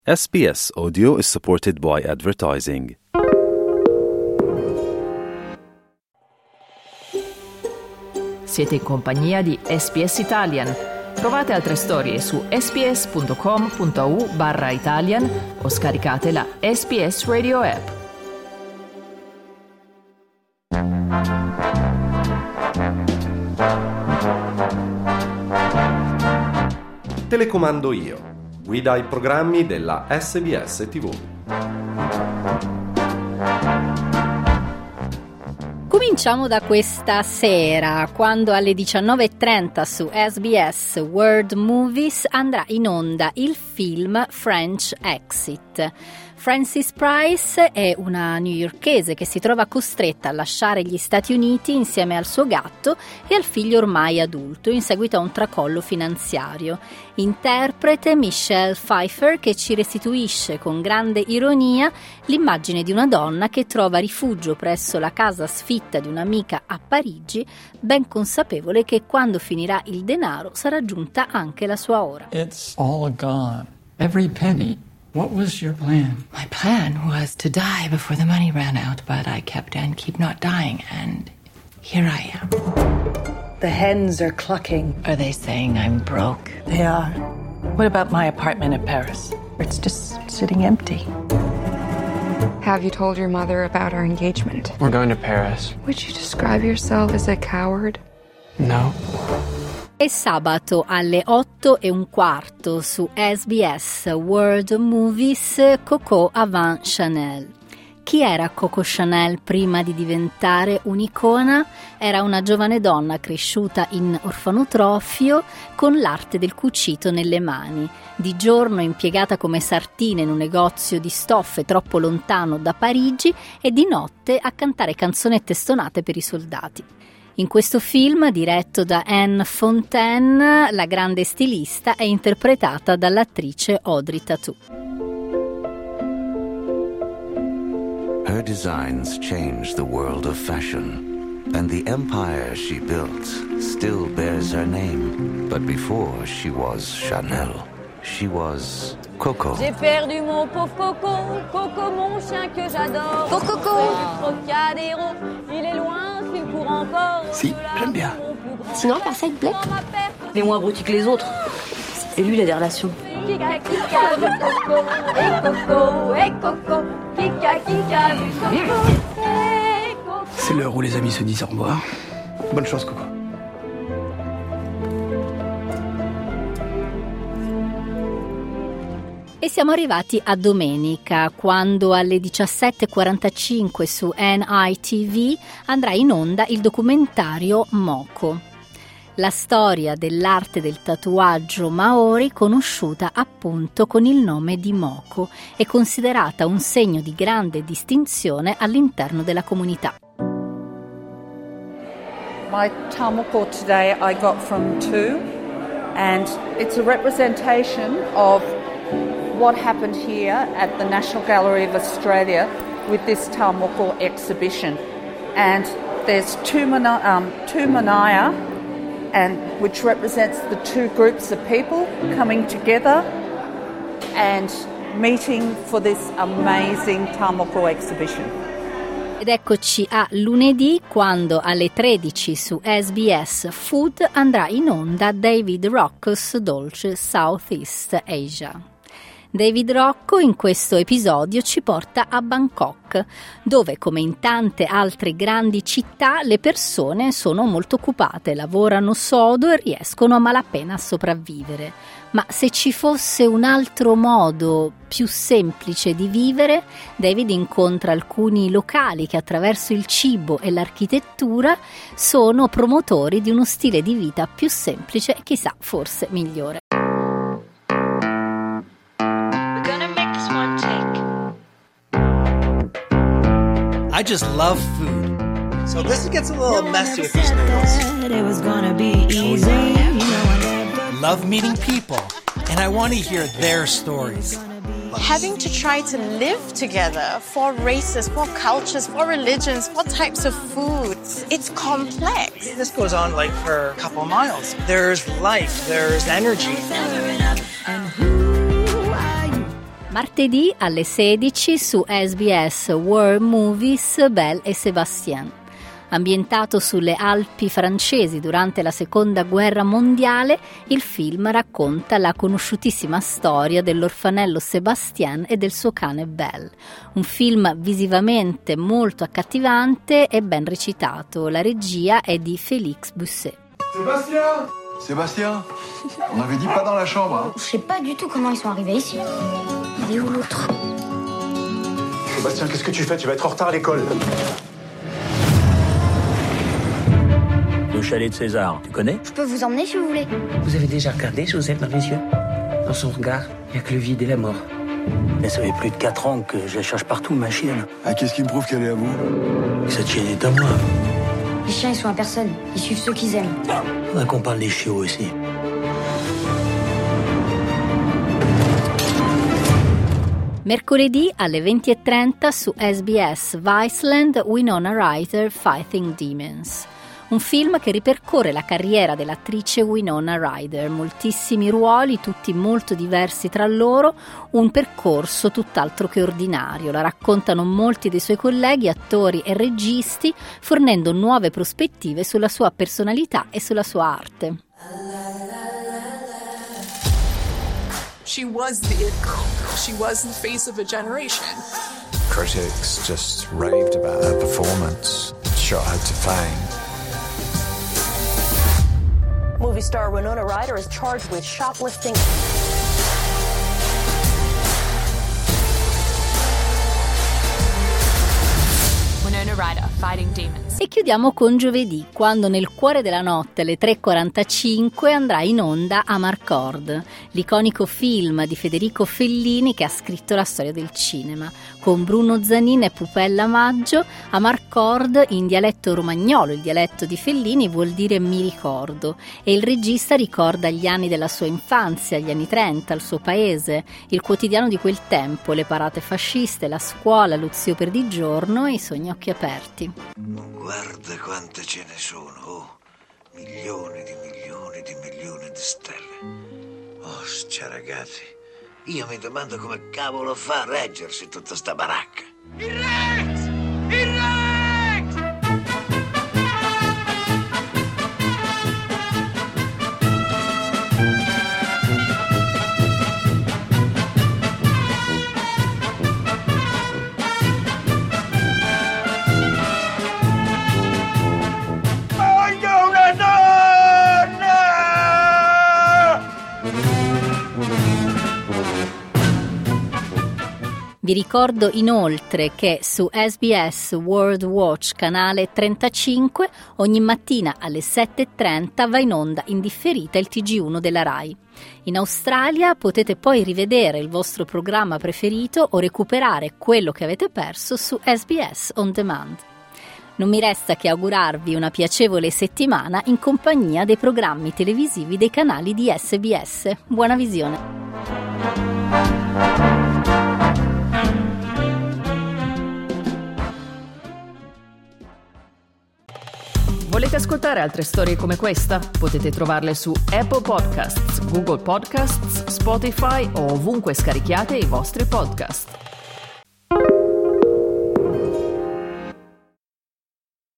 SBS Audio is supported by advertising. Siete in compagnia di SBS Italian. Trovate altre storie su sbs.com.au/Italian o scaricate la SBS Radio app. Telecomando io. Guida ai programmi della SBS TV. Cominciamo da questa sera, quando alle 19:30 su SBS World Movies andrà in onda il film French Exit. Frances Price è una newyorkese che si trova costretta a lasciare gli Stati Uniti insieme al suo gatto e al figlio ormai adulto in seguito a un tracollo finanziario. Interprete Michelle Pfeiffer, che ci restituisce con grande ironia l'immagine di una donna che trova rifugio presso la casa sfitta di un'amica a Parigi, ben consapevole che quando finirà il denaro sarà giunta anche la sua ora. It's all gone. Every penny. What was your plan? My plan was to die before the money ran out, but I kept and keep not dying, and here I am. The hens are clucking. Are they saying I'm broke? They are. What about my apartment in Paris? It's just sitting empty. Have you told your mother about our engagement? We're going to Paris. Would you describe yourself as a coward? No. E sabato alle 8:15 su SBS World Movies Coco avant Chanel. Chi era Coco Chanel prima di diventare un'icona? Era una giovane donna cresciuta in orfanotrofio con l'arte del cucito nelle mani, di giorno impiegata come sartina in un negozio di stoffe troppo lontano da Parigi e di notte a cantare canzonette stonate per i soldati. In questo film, diretto da Anne Fontaine, la grande stilista è interpretata dall'attrice Audrey Tautou. Her designs changed the world of fashion, and the empire she built still bears her name. But before she was Chanel, she was Coco. J'ai perdu mon pauvre Coco, Coco mon chien que j'adore. Coco. Trocadéro, il est loin, s'il court encore. Si, j'aime bien. Sinon, par ça, il te plaît? Il est moins abruti que les autres. Et lui, il a des relations. Kika, Kika, vu Coco, et Coco, Kika, Kika, vu Coco, et Coco. C'est l'heure où les amis se disent au revoir. Bonne chance, Coco. E siamo arrivati a domenica, quando alle 17:45 su NITV andrà in onda il documentario Moko. La storia dell'arte del tatuaggio maori, conosciuta appunto con il nome di Moko, è considerata un segno di grande distinzione all'interno della comunità. My tamoko today I got from two, and it's a representation of what happened here at the National Gallery of Australia with this tamoko exhibition. And there's two manaya, and which represents the two groups of people coming together and meeting for this amazing tamoko exhibition. Ed eccoci a lunedì, quando alle 13 su SBS Food andrà in onda David Rocco's Dolce Southeast Asia. David Rocco in questo episodio ci porta a Bangkok, dove come in tante altre grandi città le persone sono molto occupate, lavorano sodo e riescono a malapena a sopravvivere. Ma se ci fosse un altro modo più semplice di vivere, David incontra alcuni locali che attraverso il cibo e l'architettura sono promotori di uno stile di vita più semplice e chissà forse migliore. I just love food. So this gets a little messy with these noodles. It was gonna be easy. Love meeting people, and I want to hear their stories. Having to try to live together for races, for cultures, for religions, for types of foods. It's complex. This goes on like for a couple of miles. There's life, there's energy. Martedì alle 16 su SBS World Movies Belle et Sébastien. Ambientato sulle Alpi francesi durante la Seconda Guerra Mondiale, il film racconta la conosciutissima storia dell'orfanello Sébastien e del suo cane Belle. Un film visivamente molto accattivante e ben recitato. La regia è di Félix Busset. Sébastien, on avait dit pas dans la chambre. Hein. Je sais pas du tout comment ils sont arrivés ici. Il est où l'autre? Sébastien, qu'est-ce que tu fais? Tu vas être en retard à l'école. Le chalet de César, tu connais? Je peux vous emmener si vous voulez. Vous avez déjà regardé Joseph dans les yeux? Dans son regard, il n'y a que le vide et la mort. Mais ça fait plus de 4 ans que je la cherche partout, ma chienne. Ah, qu'est-ce qui me prouve qu'elle est à vous? Cette chienne est à moi. Les chiens, ils sont à personne. Ils suivent ceux qu'ils aiment. Faudrait qu'on parle des chiots aussi. Mercoledì alle 20:30 su SBS Viceland, Winona Ryder Fighting Demons. Un film che ripercorre la carriera dell'attrice Winona Ryder, moltissimi ruoli, tutti molto diversi tra loro, un percorso tutt'altro che ordinario. La raccontano molti dei suoi colleghi, attori e registi, fornendo nuove prospettive sulla sua personalità e sulla sua arte. She was the it girl. She was the face of a generation. Critics just raved about her performance, shot her to fame. Movie star Winona Ryder is charged with shoplifting. Winona Ryder, Fighting Demons. E chiudiamo con giovedì, quando nel cuore della notte alle 3:45 andrà in onda Amarcord, l'iconico film di Federico Fellini che ha scritto la storia del cinema. Con Bruno Zanin e Pupella Maggio, Amarcord in dialetto romagnolo, il dialetto di Fellini, vuol dire mi ricordo, e il regista ricorda gli anni della sua infanzia, gli anni 30, il suo paese, il quotidiano di quel tempo, le parate fasciste, la scuola, lo zio Perdigiorno e i sogni occhi aperti. Guarda quante ce ne sono, oh, milioni di stelle. Oh, stia ragazzi, io mi domando come cavolo fa a reggersi tutta sta baracca. Il Rex! Il Rex! Vi ricordo inoltre che su SBS World Watch canale 35 ogni mattina alle 7:30 va in onda in differita il TG1 della Rai. In Australia potete poi rivedere il vostro programma preferito o recuperare quello che avete perso su SBS On Demand. Non mi resta che augurarvi una piacevole settimana in compagnia dei programmi televisivi dei canali di SBS. Buona visione! Volete ascoltare altre storie come questa? Potete trovarle su Apple Podcasts, Google Podcasts, Spotify o ovunque scarichiate i vostri podcast.